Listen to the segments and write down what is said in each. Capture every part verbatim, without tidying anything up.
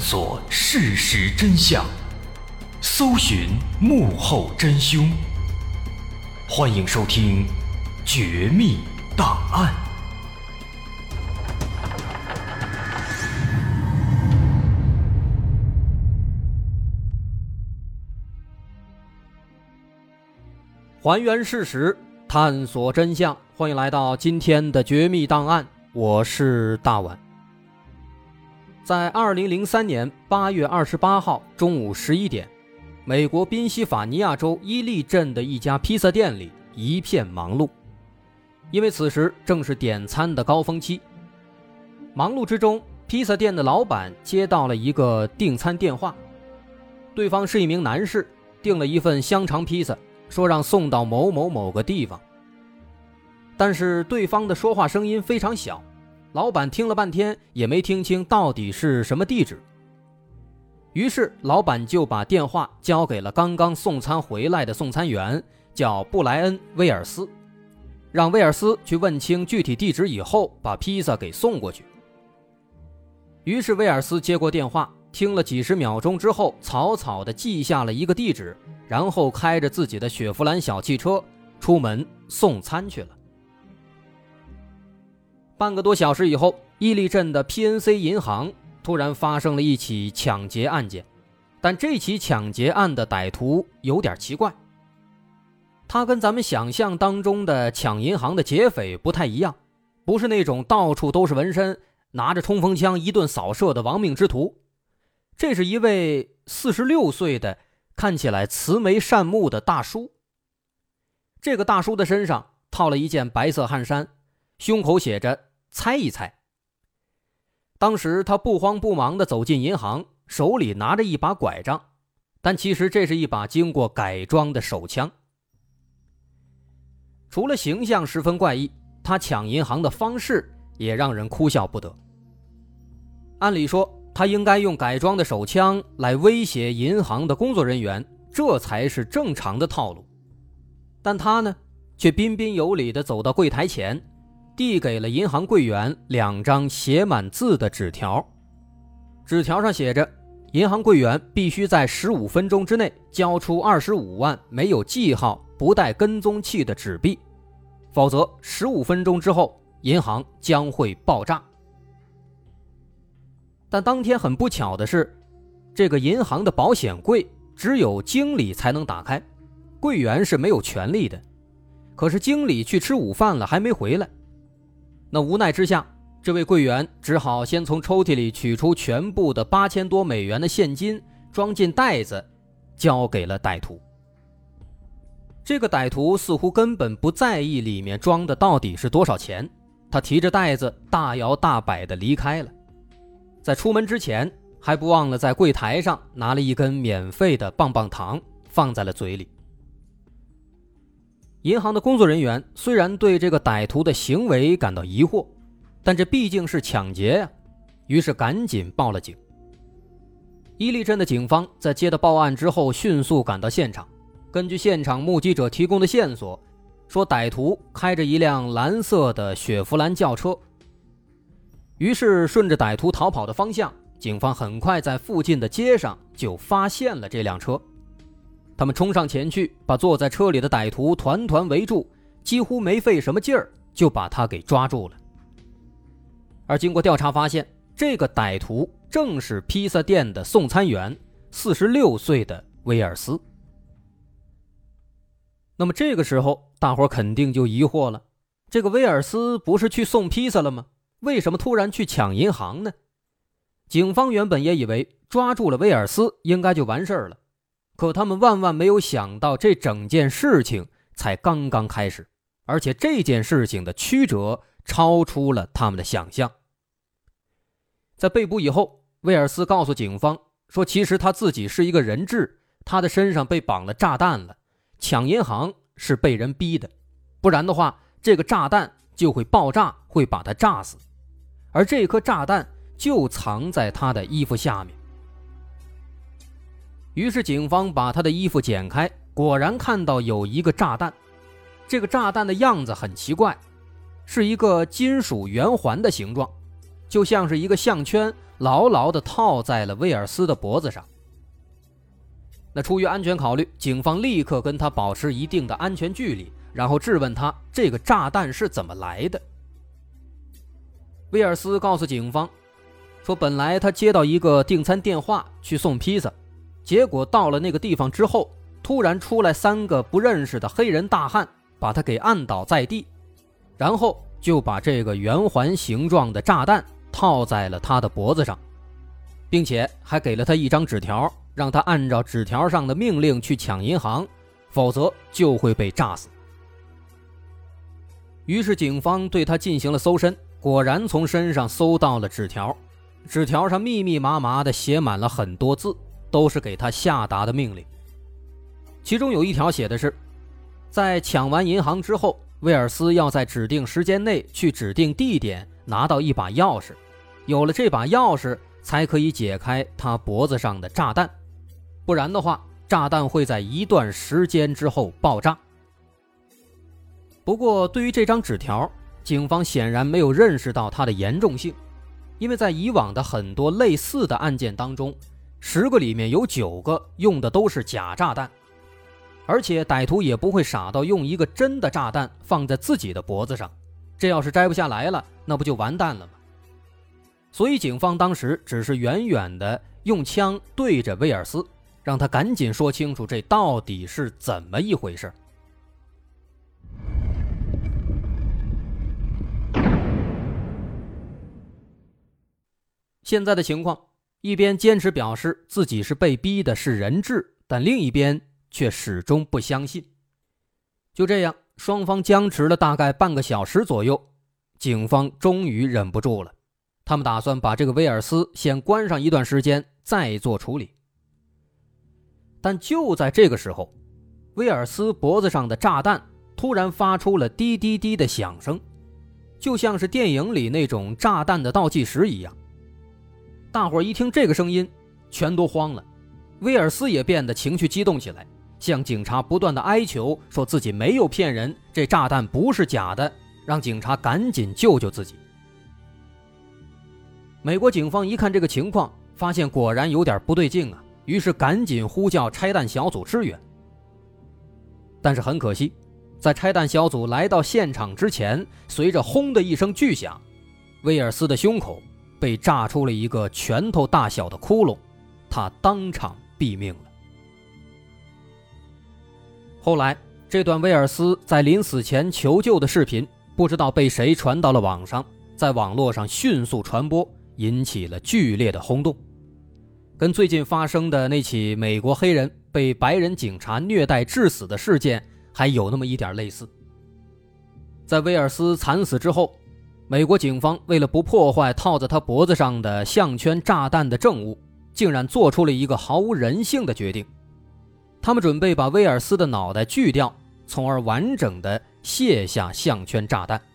索事实真相，搜寻幕后真凶。欢迎收听《绝密档案》。 还原事实，探索真相，欢迎来到今天的绝密档案，我是大碗。在二零零三年八月二十八号中午十一点，美国宾夕法尼亚州伊利镇的一家披萨店里一片忙碌，因为此时正是点餐的高峰期。忙碌之中，披萨店的老板接到了一个订餐电话，对方是一名男士，订了一份香肠披萨，说让送到某某某个地方。但是对方的说话声音非常小，老板听了半天也没听清到底是什么地址。于是老板就把电话交给了刚刚送餐回来的送餐员，叫布莱恩·威尔斯，让威尔斯去问清具体地址以后把披萨给送过去。于是威尔斯接过电话，听了几十秒钟之后，草草地记下了一个地址，然后开着自己的雪佛兰小汽车出门送餐去了。半个多小时以后，伊利镇的 P N C 银行突然发生了一起抢劫案件，但这起抢劫案的歹徒有点奇怪，他跟咱们想象当中的抢银行的劫匪不太一样，不是那种到处都是纹身，拿着冲锋枪一顿扫射的亡命之徒。这是一位四十六岁的看起来慈眉善目的大叔。这个大叔的身上套了一件白色汗衫，胸口写着猜一猜。当时他不慌不忙地走进银行，手里拿着一把拐杖，但其实这是一把经过改装的手枪。除了形象十分怪异，他抢银行的方式也让人哭笑不得。按理说他应该用改装的手枪来威胁银行的工作人员，这才是正常的套路。但他呢，却彬彬有礼地走到柜台前，递给了银行柜员两张写满字的纸条。纸条上写着，银行柜员必须在十五分钟之内交出二十五万没有记号、不带跟踪器的纸币，否则十五分钟之后银行将会爆炸。但当天很不巧的是，这个银行的保险柜只有经理才能打开，柜员是没有权利的。可是经理去吃午饭了，还没回来。那无奈之下，这位柜员只好先从抽屉里取出全部的八千多美元的现金，装进袋子，交给了歹徒。这个歹徒似乎根本不在意里面装的到底是多少钱，他提着袋子大摇大摆地离开了。在出门之前，还不忘了在柜台上拿了一根免费的棒棒糖放在了嘴里。银行的工作人员虽然对这个歹徒的行为感到疑惑，但这毕竟是抢劫呀、啊，于是赶紧报了警。伊利镇的警方在接到报案之后迅速赶到现场，根据现场目击者提供的线索，说歹徒开着一辆蓝色的雪佛兰轿车。于是顺着歹徒逃跑的方向，警方很快在附近的街上就发现了这辆车。他们冲上前去，把坐在车里的歹徒团团围住，几乎没费什么劲儿就把他给抓住了。而经过调查发现，这个歹徒正是披萨店的送餐员，四十六岁的威尔斯。那么这个时候大伙肯定就疑惑了，这个威尔斯不是去送披萨了吗？为什么突然去抢银行呢？警方原本也以为抓住了威尔斯应该就完事儿了，可他们万万没有想到，这整件事情才刚刚开始，而且这件事情的曲折超出了他们的想象。在被捕以后，威尔斯告诉警方说，其实他自己是一个人质，他的身上被绑了炸弹了，抢银行是被人逼的，不然的话这个炸弹就会爆炸，会把他炸死，而这颗炸弹就藏在他的衣服下面。于是警方把他的衣服剪开，果然看到有一个炸弹。这个炸弹的样子很奇怪，是一个金属圆环的形状， 就像是一个项圈，牢牢地套在了威尔斯的脖子上。那出于安全考虑，警方立刻跟他保持一定的安全距离，然后质问他这个炸弹是怎么来的。威尔斯告诉警方说，本来他接到一个订餐电话去送披萨，结果到了那个地方之后，突然出来三个不认识的黑人大汉，把他给按倒在地，然后就把这个圆环形状的炸弹套在了他的脖子上，并且还给了他一张纸条，让他按照纸条上的命令去抢银行，否则就会被炸死。于是警方对他进行了搜身，果然从身上搜到了纸条，纸条上密密麻麻地写满了很多字，都是给他下达的命令。其中有一条写的是，在抢完银行之后，威尔斯要在指定时间内去指定地点拿到一把钥匙，有了这把钥匙才可以解开他脖子上的炸弹，不然的话炸弹会在一段时间之后爆炸。不过对于这张纸条，警方显然没有认识到它的严重性，因为在以往的很多类似的案件当中，十个里面有九个用的都是假炸弹，而且歹徒也不会傻到用一个真的炸弹放在自己的脖子上，这要是摘不下来了，那不就完蛋了吗？所以警方当时只是远远的用枪对着威尔斯，让他赶紧说清楚这到底是怎么一回事。现在的情况，一边坚持表示自己是被逼的，是人质，但另一边却始终不相信。就这样，双方僵持了大概半个小时左右，警方终于忍不住了，他们打算把这个威尔斯先关上一段时间，再做处理。但就在这个时候，威尔斯脖子上的炸弹突然发出了滴滴滴的响声，就像是电影里那种炸弹的倒计时一样。大伙儿一听这个声音，全都慌了，威尔斯也变得情绪激动起来，向警察不断的哀求，说自己没有骗人，这炸弹不是假的，让警察赶紧救救自己。美国警方一看这个情况，发现果然有点不对劲啊，于是赶紧呼叫拆弹小组支援。但是很可惜，在拆弹小组来到现场之前，随着轰的一声巨响，威尔斯的胸口被炸出了一个拳头大小的窟窿，他当场毙命了。后来这段威尔斯在临死前求救的视频，不知道被谁传到了网上，在网络上迅速传播，引起了剧烈的轰动，跟最近发生的那起美国黑人被白人警察虐待致死的事件还有那么一点类似。在威尔斯惨死之后，美国警方为了不破坏套在他脖子上的项圈炸弹的证物，竟然做出了一个毫无人性的决定，他们准备把威尔斯的脑袋锯掉，从而完整的卸下项圈炸弹。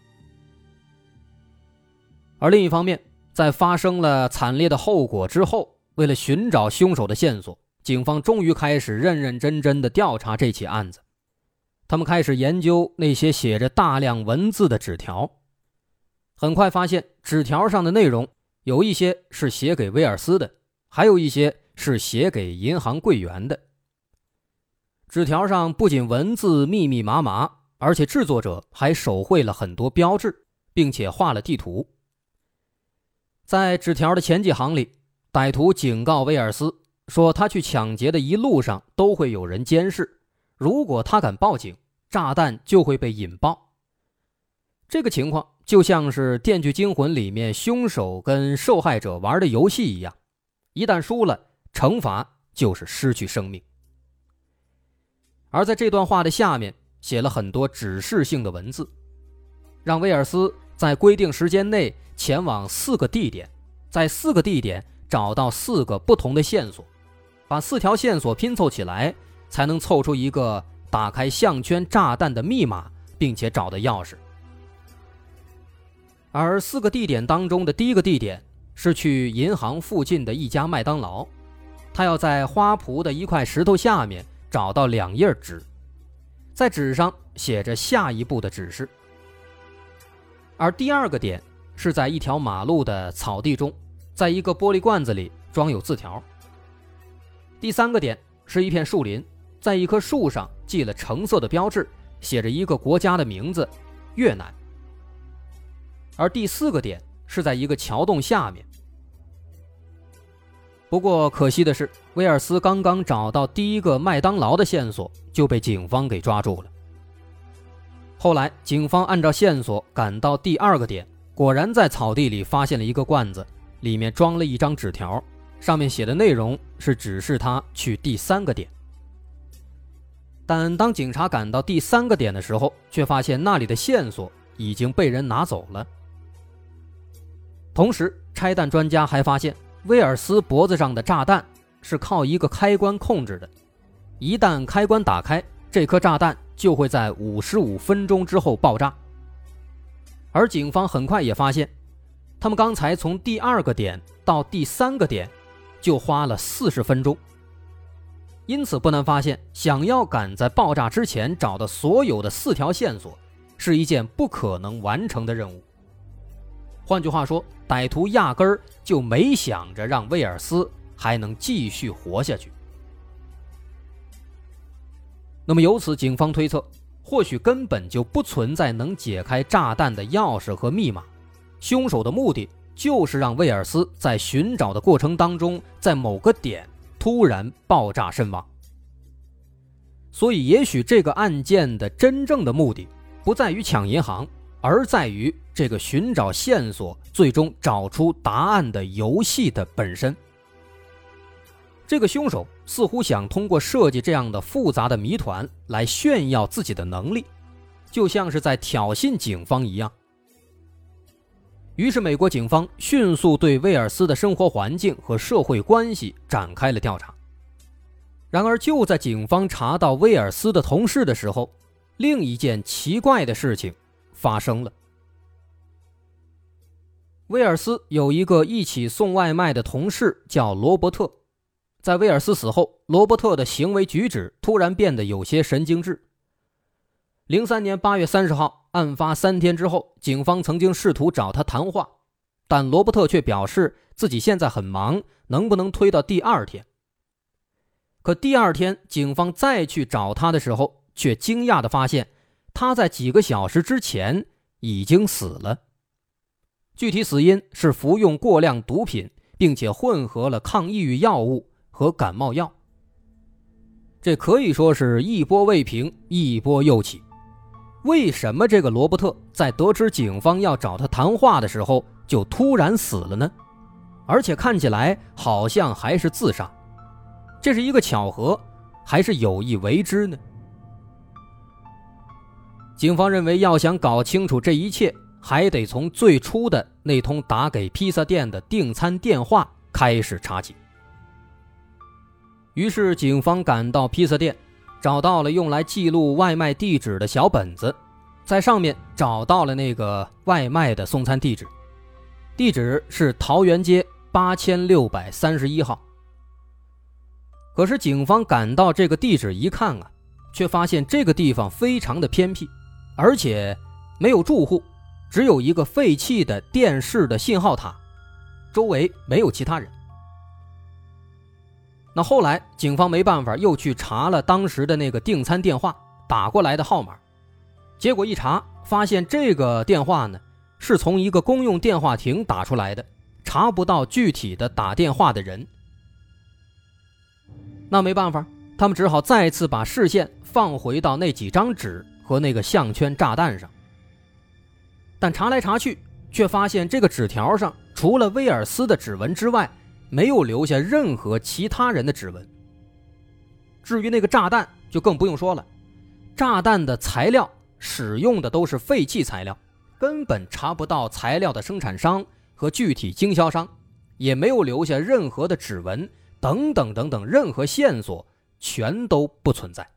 而另一方面，在发生了惨烈的后果之后，为了寻找凶手的线索，警方终于开始认认真真的调查这起案子。他们开始研究那些写着大量文字的纸条，很快发现纸条上的内容有一些是写给威尔斯的，还有一些是写给银行柜员的。纸条上不仅文字密密麻麻，而且制作者还手绘了很多标志，并且画了地图。在纸条的前几行里，歹徒警告威尔斯说，他去抢劫的一路上都会有人监视，如果他敢报警，炸弹就会被引爆。这个情况就像是《电锯惊魂》里面凶手跟受害者玩的游戏一样，一旦输了，惩罚就是失去生命。而在这段话的下面写了很多指示性的文字，让威尔斯在规定时间内前往四个地点，在四个地点找到四个不同的线索，把四条线索拼凑起来，才能凑出一个打开项圈炸弹的密码，并且找到钥匙。而四个地点当中的第一个地点是去银行附近的一家麦当劳，他要在花圃的一块石头下面找到两页纸，在纸上写着下一步的指示。而第二个点是在一条马路的草地中，在一个玻璃罐子里装有字条。第三个点是一片树林，在一棵树上系了橙色的标志，写着一个国家的名字，越南。而第四个点是在一个桥洞下面。不过可惜的是，威尔斯刚刚找到第一个麦当劳的线索就被警方给抓住了。后来警方按照线索赶到第二个点，果然在草地里发现了一个罐子，里面装了一张纸条，上面写的内容是指示他去第三个点。但当警察赶到第三个点的时候，却发现那里的线索已经被人拿走了。同时拆弹专家还发现威尔斯脖子上的炸弹是靠一个开关控制的，一旦开关打开，这颗炸弹就会在五十五分钟之后爆炸。而警方很快也发现，他们刚才从第二个点到第三个点就花了四十分钟。因此不难发现，想要赶在爆炸之前找到所有的四条线索是一件不可能完成的任务。换句话说，歹徒压根儿就没想着让威尔斯还能继续活下去。那么由此警方推测，或许根本就不存在能解开炸弹的钥匙和密码，凶手的目的就是让威尔斯在寻找的过程当中，在某个点突然爆炸身亡。所以也许这个案件的真正的目的不在于抢银行，而在于这个寻找线索最终找出答案的游戏的本身。这个凶手似乎想通过设计这样的复杂的谜团来炫耀自己的能力，就像是在挑衅警方一样。于是美国警方迅速对威尔斯的生活环境和社会关系展开了调查。然而就在警方查到威尔斯的同事的时候，另一件奇怪的事情发生了。威尔斯有一个一起送外卖的同事叫罗伯特，在威尔斯死后，罗伯特的行为举止突然变得有些神经质。零三年八月三十号，案发三天之后，警方曾经试图找他谈话，但罗伯特却表示自己现在很忙，能不能推到第二天。可第二天警方再去找他的时候，却惊讶地发现他在几个小时之前已经死了。具体死因是服用过量毒品，并且混合了抗抑郁药物和感冒药。这可以说是一波未平，一波又起。为什么这个罗伯特在得知警方要找他谈话的时候就突然死了呢？而且看起来好像还是自杀。这是一个巧合，还是有意为之呢？警方认为要想搞清楚这一切，还得从最初的那通打给披萨店的订餐电话开始查起。于是警方赶到披萨店，找到了用来记录外卖地址的小本子，在上面找到了那个外卖的送餐地址，地址是桃园街八千六百三十一号。可是警方赶到这个地址一看啊，却发现这个地方非常的偏僻，而且没有住户，只有一个废弃的电视的信号塔，周围没有其他人。那后来警方没办法，又去查了当时的那个订餐电话打过来的号码，结果一查发现这个电话呢是从一个公用电话亭打出来的，查不到具体的打电话的人。那没办法，他们只好再次把视线放回到那几张纸和那个项圈炸弹上。但查来查去，却发现这个纸条上除了威尔斯的指纹之外，没有留下任何其他人的指纹。至于那个炸弹就更不用说了，炸弹的材料使用的都是废弃材料，根本查不到材料的生产商和具体经销商，也没有留下任何的指纹，等等等等，任何线索全都不存在。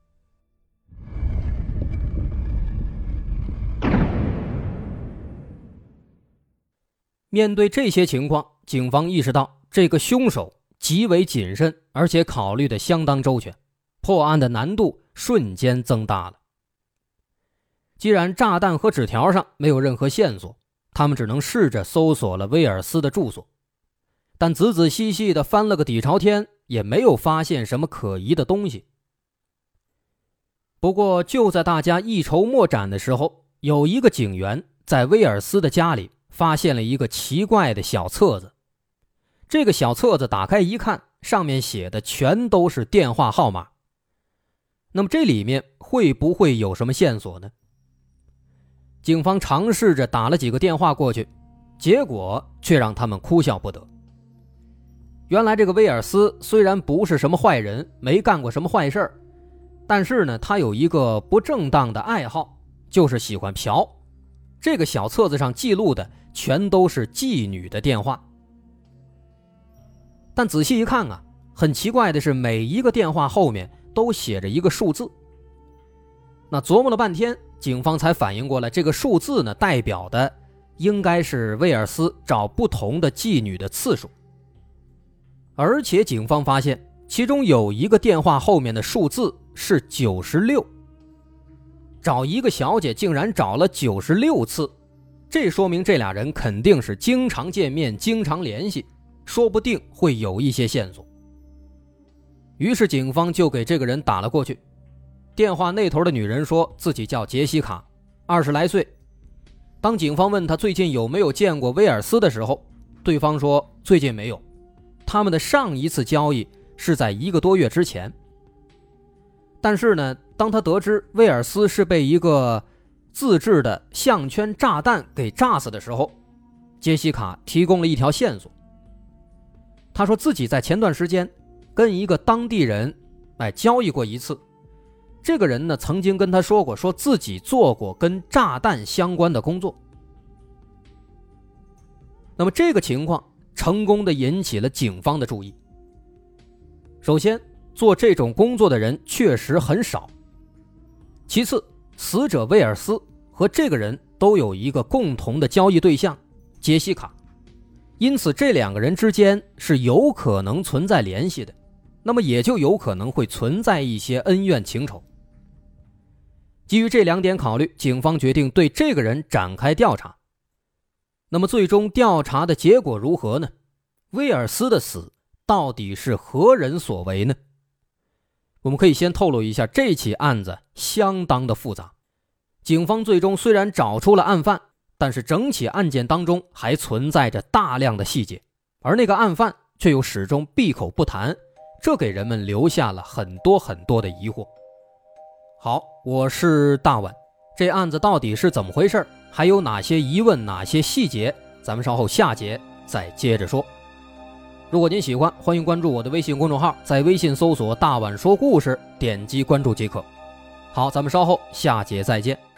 面对这些情况，警方意识到这个凶手极为谨慎，而且考虑得相当周全，破案的难度瞬间增大了。既然炸弹和纸条上没有任何线索， 他们只能试着搜索了威尔斯的住所，但仔仔细细地翻了个底朝天，也没有发现什么可疑的东西。不过就在大家一筹莫展的时候，有一个警员在威尔斯的家里发现了一个奇怪的小册子。这个小册子打开一看，上面写的全都是电话号码。那么这里面会不会有什么线索呢？警方尝试着打了几个电话过去，结果却让他们哭笑不得。原来这个威尔斯虽然不是什么坏人，没干过什么坏事，但是呢，他有一个不正当的爱好，就是喜欢嫖。这个小册子上记录的全都是妓女的电话。但仔细一看啊，很奇怪的是，每一个电话后面都写着一个数字。那琢磨了半天，警方才反应过来，这个数字呢，代表的应该是威尔斯找不同的妓女的次数。而且警方发现，其中有一个电话后面的数字是九十六。找一个小姐竟然找了九十六次，这说明这俩人肯定是经常见面，经常联系，说不定会有一些线索。于是警方就给这个人打了过去。电话那头的女人说自己叫杰西卡，二十来岁。当警方问她最近有没有见过威尔斯的时候，对方说最近没有，他们的上一次交易是在一个多月之前。但是呢，当他得知威尔斯是被一个自制的项圈炸弹给炸死的时候，杰西卡提供了一条线索。他说自己在前段时间跟一个当地人哎交易过一次，这个人呢曾经跟他说过，说自己做过跟炸弹相关的工作。那么这个情况成功的引起了警方的注意。首先，做这种工作的人确实很少。其次，死者威尔斯和这个人都有一个共同的交易对象杰西卡，因此这两个人之间是有可能存在联系的，那么也就有可能会存在一些恩怨情仇。基于这两点考虑，警方决定对这个人展开调查。那么最终调查的结果如何呢？威尔斯的死到底是何人所为呢？我们可以先透露一下，这起案子相当的复杂。警方最终虽然找出了案犯，但是整起案件当中还存在着大量的细节，而那个案犯却又始终闭口不谈，这给人们留下了很多很多的疑惑。好，我是大碗，这案子到底是怎么回事？还有哪些疑问，哪些细节？咱们稍后下节再接着说。如果您喜欢，欢迎关注我的微信公众号，在微信搜索大碗说故事，点击关注即可。好，咱们稍后下节再见。